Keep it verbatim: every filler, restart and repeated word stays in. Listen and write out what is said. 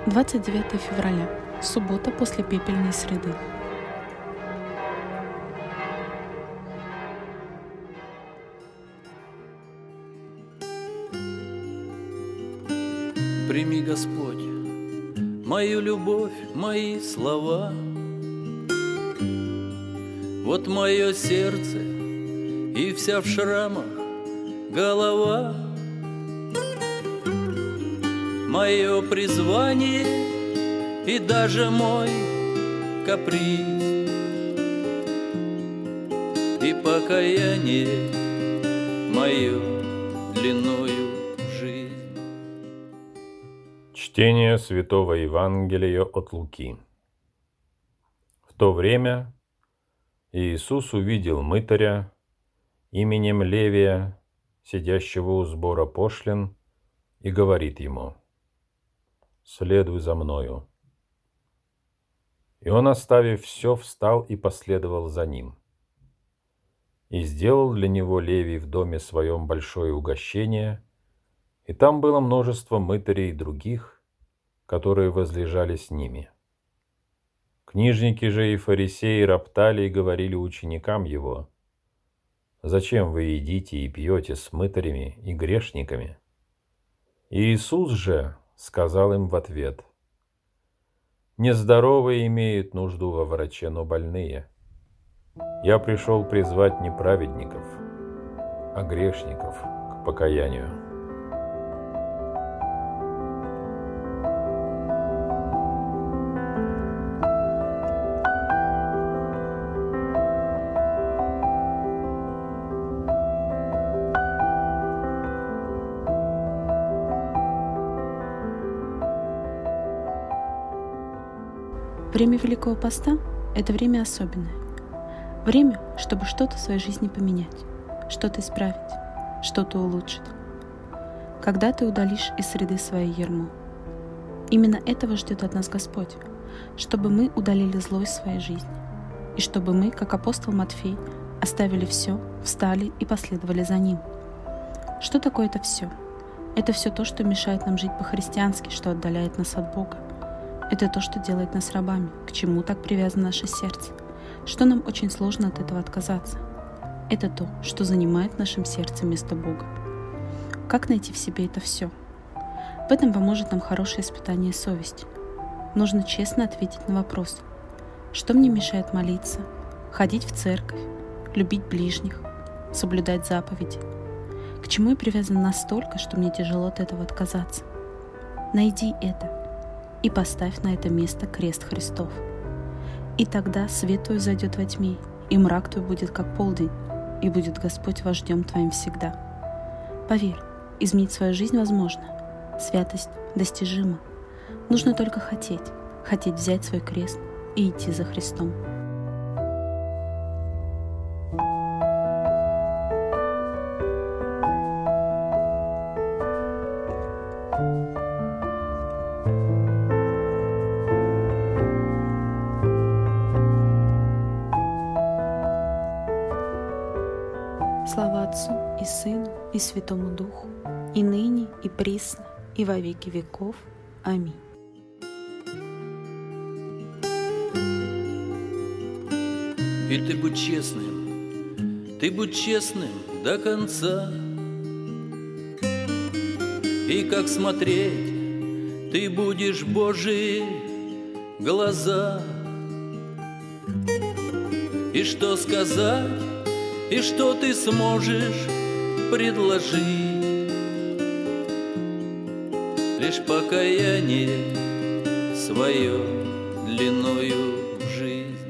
двадцать девятое февраля. Суббота после пепельной среды. Прими, Господь, мою любовь, мои слова. Вот мое сердце и вся в шрамах голова. Мое призвание и даже мой каприз, и покаяние мое длиною в жизнь. Чтение Святого Евангелия от Луки. В то время Иисус увидел мытаря именем Левия, сидящего у сбора пошлин, и говорит ему: «Следуй за мною». И он, оставив все, встал и последовал за ним. И сделал для него Левий в доме своем большое угощение, и там было множество мытарей других, которые возлежали с ними. Книжники же и фарисеи роптали и говорили ученикам его: «Зачем вы едите и пьете с мытарями и грешниками?» И Иисус же сказал им в ответ: «Нездоровые имеют нужду во враче, но больные. Я пришел призвать не праведников, а грешников к покаянию». Время Великого Поста – это время особенное. Время, чтобы что-то в своей жизни поменять, что-то исправить, что-то улучшить. Когда ты удалишь из среды свое ярмо. Именно этого ждет от нас Господь, чтобы мы удалили зло из своей жизни, и чтобы мы, как апостол Матфей, оставили все, встали и последовали за Ним. Что такое это все? Это все то, что мешает нам жить по-христиански, что отдаляет нас от Бога. Это то, что делает нас рабами, к чему так привязано наше сердце, что нам очень сложно от этого отказаться. Это то, что занимает в нашем сердце место Бога. Как найти в себе это все? В этом поможет нам хорошее испытание совести. Нужно честно ответить на вопрос: что мне мешает молиться, ходить в церковь, любить ближних, соблюдать заповеди? К чему я привязан настолько, что мне тяжело от этого отказаться? Найди это и поставь на это место крест Христов. И тогда свет твой зайдет во тьме, и мрак твой будет как полдень, и будет Господь вождем твоим всегда. Поверь, изменить свою жизнь возможно, святость достижима. Нужно только хотеть, хотеть взять свой крест и идти за Христом. Слава Отцу и Сыну и Святому Духу, и ныне, и присно, и во веки веков. Аминь. И ты будь честным, ты будь честным до конца. И как смотреть ты будешь Божьи глаза. И что сказать, и что ты сможешь предложить? Лишь покаяние свое длиною в жизнь.